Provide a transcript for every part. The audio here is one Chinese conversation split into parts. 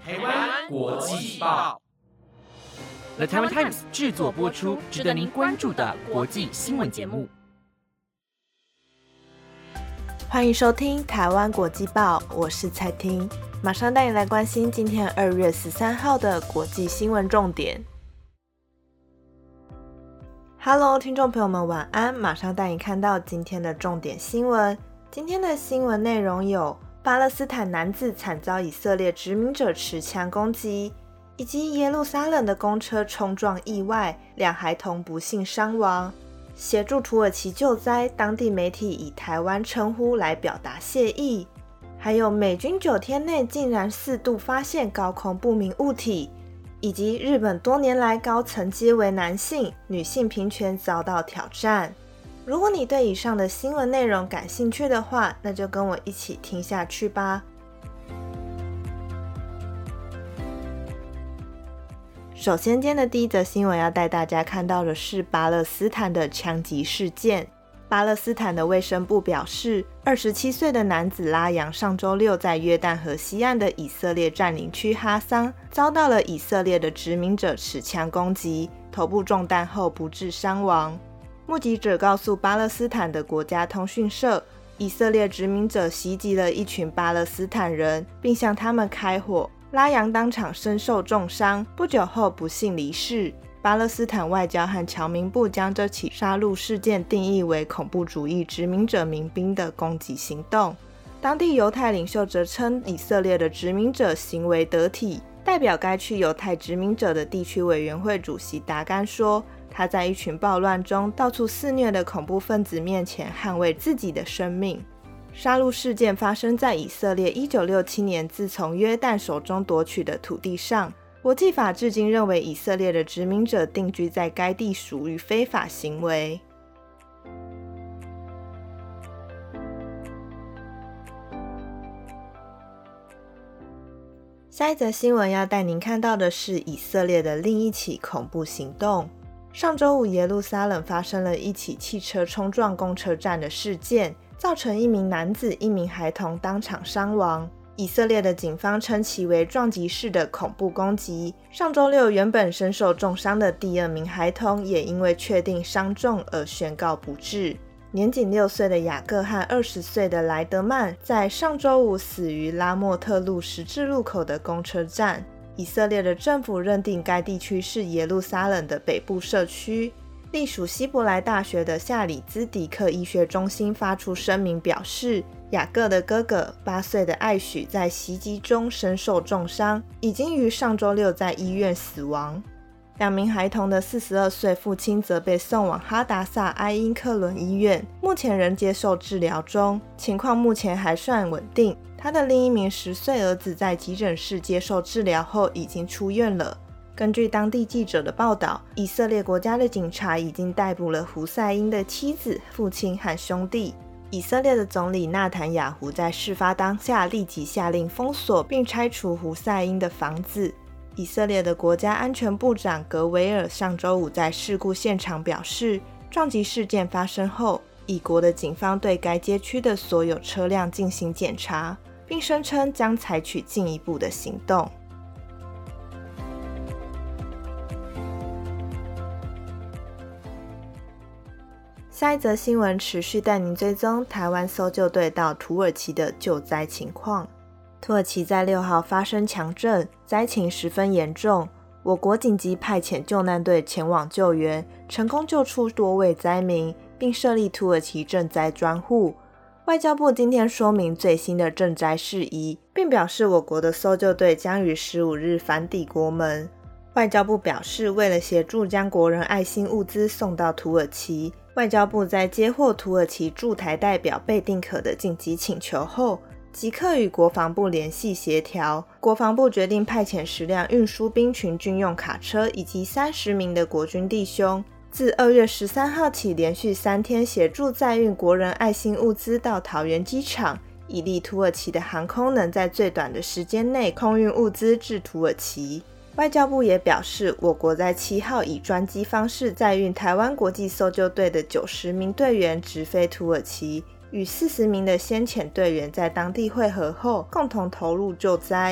台湾国际报 The Taiwan Times 制作播出，值得您关注的国际新闻节目。 欢迎收听台湾国际报，我是蔡婷，马上带你来关心今天2月13号的国际新闻重点。Hello， 听众朋友们晚安，马上带你看到今天的重点新闻。今天的新闻内容有：巴勒斯坦男子惨遭以色列殖民者持枪攻击，以及耶路撒冷的公车冲撞意外，2孩童不幸伤亡。协助土耳其救灾，当地媒体以台湾称呼来表达谢意。还有美军9天内竟然4度发现高空不明物体，以及日本多年来高层皆为男性，女性平权遭到挑战。如果你对以上的新闻内容感兴趣的话，那就跟我一起听下去吧。首先，今天的第一则新闻要带大家看到的是巴勒斯坦的枪击事件。巴勒斯坦的卫生部表示，27岁的男子拉扬上周六在约旦河西岸的以色列占领区哈桑遭到了以色列的殖民者持枪攻击，头部中弹后不治伤亡。目击者告诉巴勒斯坦的国家通讯社，以色列殖民者袭击了一群巴勒斯坦人，并向他们开火。拉扬当场身受重伤，不久后不幸离世。巴勒斯坦外交和侨民部将这起杀戮事件定义为恐怖主义殖民者民兵的攻击行动。当地犹太领袖则称以色列的殖民者行为得体。代表该区犹太殖民者的地区委员会主席达甘说，他在一群暴乱中到处肆虐的恐怖分子面前捍卫自己的生命。杀戮事件发生在以色列1967年自从约旦手中夺取的土地上。国际法至今认为以色列的殖民者定居在该地属于非法行为。下一则新闻要带您看到的是以色列的另一起恐怖行动。上周五，耶路撒冷发生了一起汽车冲撞公车站的事件，造成1名男子、1名孩童当场伤亡。以色列的警方称其为撞击式的恐怖攻击。上周六，原本身受重伤的第2名孩童也因为确定伤重而宣告不治。年仅6岁的雅各和20岁的莱德曼在上周五死于拉莫特路十字路口的公车站。以色列的政府认定该地区是耶路撒冷的北部社区。隶属希伯来大学的夏里兹迪克医学中心发出声明表示，雅各的哥哥8岁的艾许在袭击中身受重伤，已经于上周六在医院死亡。2名孩童的42岁父亲则被送往哈达萨埃因克伦医院，目前仍接受治疗中，情况目前还算稳定。他的另一名10岁儿子在急诊室接受治疗后已经出院了。根据当地记者的报道，以色列国家的警察已经逮捕了胡赛因的妻子、父亲和兄弟。以色列的总理纳坦雅胡在事发当下立即下令封锁并拆除胡赛因的房子。以色列的国家安全部长格维尔上周五在事故现场表示，撞击事件发生后，以国的警方对该街区的所有车辆进行检查，并声称将采取进一步的行动。下一则新闻持续带您追踪台湾搜救队到土耳其的救灾情况。土耳其在6号发生强震，灾情十分严重。我国紧急派遣救难队前往救援，成功救出多位灾民，并设立土耳其赈灾专户。外交部今天说明最新的赈灾事宜，并表示我国的搜救队将于15日返抵国门。外交部表示，为了协助将国人爱心物资送到土耳其，外交部在接获土耳其驻台代表贝定可的紧急请求后，即刻与国防部联系协调。国防部决定派遣10辆运输兵群军用卡车以及30名的国军弟兄，自2月13号起连续3天协助载运国人爱心物资到桃园机场，以利土耳其的航空能在最短的时间内空运物资至土耳其。外交部也表示，我国在7号以专机方式载运台湾国际搜救队的90名队员直飞土耳其，与40名的先遣队员在当地会合后，共同投入救灾。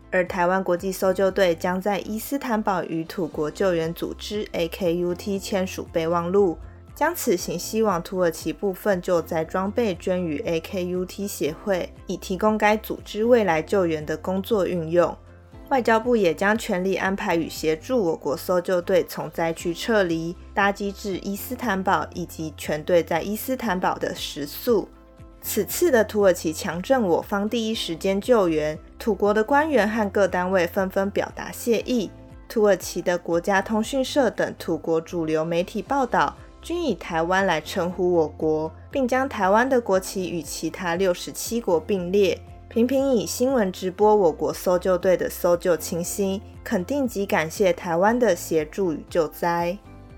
而台湾国际搜救队将在伊斯坦堡与土国救援组织 AKUT 签署备忘录，将此行希往土耳其部分救灾装备捐予 AKUT 协会，以提供该组织未来救援的工作运用。外交部也将全力安排与协助我国搜救队从灾区撤离，搭机至伊斯坦堡，以及全队在伊斯坦堡的食宿。此次的土耳其强震，我方第一时间救援，土国的官员和各单位纷纷表达谢意。土耳其的国家通讯社等土国主流媒体报道，均以台湾来称呼我国，并将台湾的国旗与其他67国并列，频频以新闻直播我国搜救队的搜救情形，肯定及感谢台湾的协助与救灾。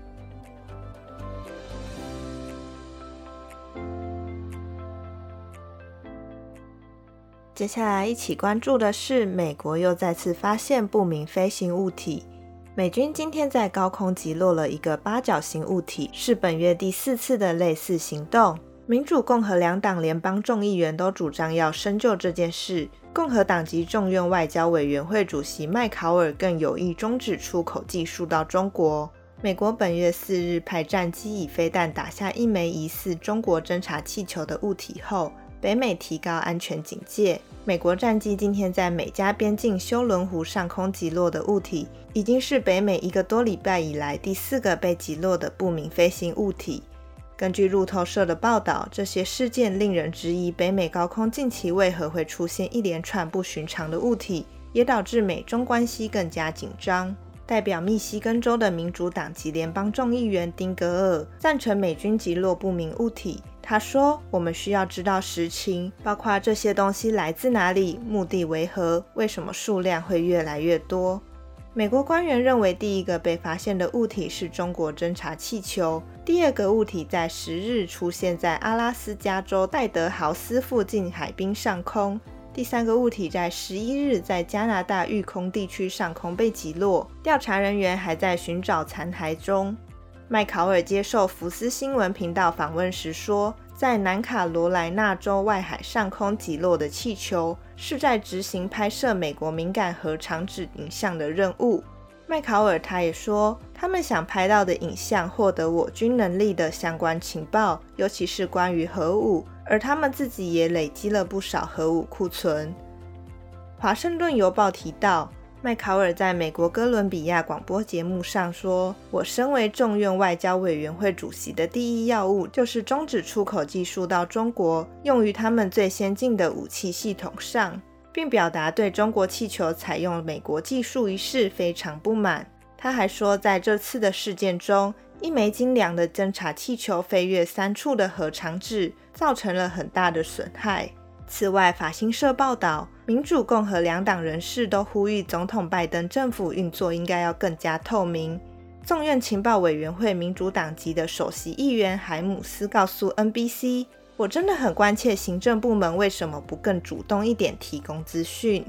接下来一起关注的是，美国又再次发现不明飞行物体。美军今天在高空击落了一个八角形物体，是本月第4次的类似行动。民主共和两党联邦众议员都主张要深究这件事，共和党籍众院外交委员会主席麦考尔更有意终止出口技术到中国。美国本月4日派战机以飞弹打下一枚疑似中国侦察气球的物体后，北美提高安全警戒。美国战机今天在美加边境休伦湖上空击落的物体，已经是北美1个多礼拜以来第4个被击落的不明飞行物体。根据路透社的报道，这些事件令人质疑北美高空近期为何会出现一连串不寻常的物体，也导致美中关系更加紧张。代表密西根州的民主党籍联邦众议员丁格尔赞成美军击落不明物体。他说，我们需要知道实情，包括这些东西来自哪里，目的为何，为什么数量会越来越多。美国官员认为，第一个被发现的物体是中国侦察气球，第二个物体在10日出现在阿拉斯加州戴德豪斯附近海滨上空，第三个物体在11日在加拿大育空地区上空被击落，调查人员还在寻找残骸中。麦考尔接受福斯新闻频道访问时说，在南卡罗来纳州外海上空击落的气球是在执行拍摄美国敏感核长指影像的任务。麦考尔他也说，他们想拍到的影像获得我军能力的相关情报，尤其是关于核武，而他们自己也累积了不少核武库存。华盛顿邮报提到，麦考尔在美国哥伦比亚广播节目上说，我身为众院外交委员会主席的第一要务就是终止出口技术到中国，用于他们最先进的武器系统上，并表达对中国气球采用美国技术一事非常不满。他还说，在这次的事件中，一枚精良的侦察气球飞越3处的核长指，造成了很大的损害。此外，法新社报道，民主共和两党人士都呼吁总统拜登政府运作应该要更加透明。众院情报委员会民主党籍的首席议员海姆斯告诉 NBC， 我真的很关切行政部门为什么不更主动一点提供资讯。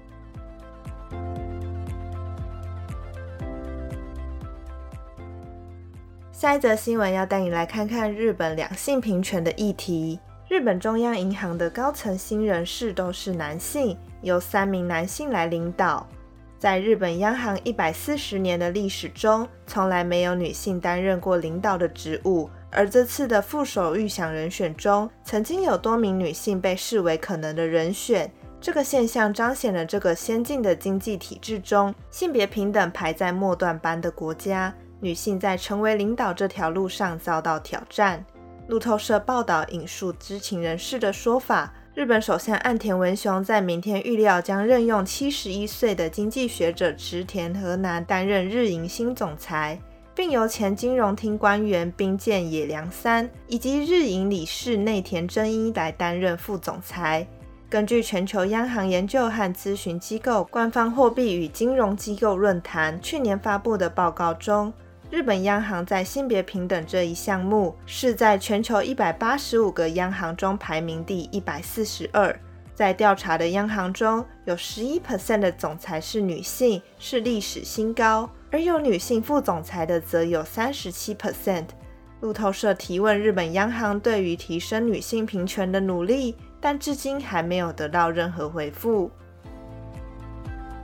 下一则新闻要带你来看看日本两性平权的议题。日本中央银行的高层新人士都是男性，由3名男性来领导。在日本央行140年的历史中，从来没有女性担任过领导的职务，而这次的副手预想人选中，曾经有多名女性被视为可能的人选。这个现象彰显了这个先进的经济体制中，性别平等排在末段班的国家，女性在成为领导这条路上遭到挑战。路透社报道引述知情人士的说法，日本首相岸田文雄在明天预料将任用71岁的经济学者池田和男担任日银新总裁，并由前金融厅官员滨见野良三以及日银理事内田真一来担任副总裁。根据全球央行研究和咨询机构官方货币与金融机构论坛去年发布的报告中，日本央行在性别平等这一项目是在全球185个央行中排名第142。在调查的央行中，有 11% 的总裁是女性，是历史新高，而有女性副总裁的则有 37%。 路透社提问日本央行对于提升女性平权的努力，但至今还没有得到任何回复。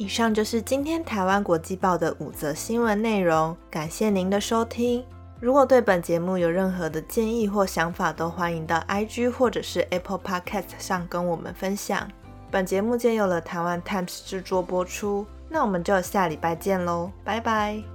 以上就是今天台湾国际报的5则新闻内容，感谢您的收听。如果对本节目有任何的建议或想法，都欢迎到 IG 或者是 Apple Podcast 上跟我们分享。本节目皆由了台湾 Times 制作播出，那我们就下礼拜见咯，拜拜。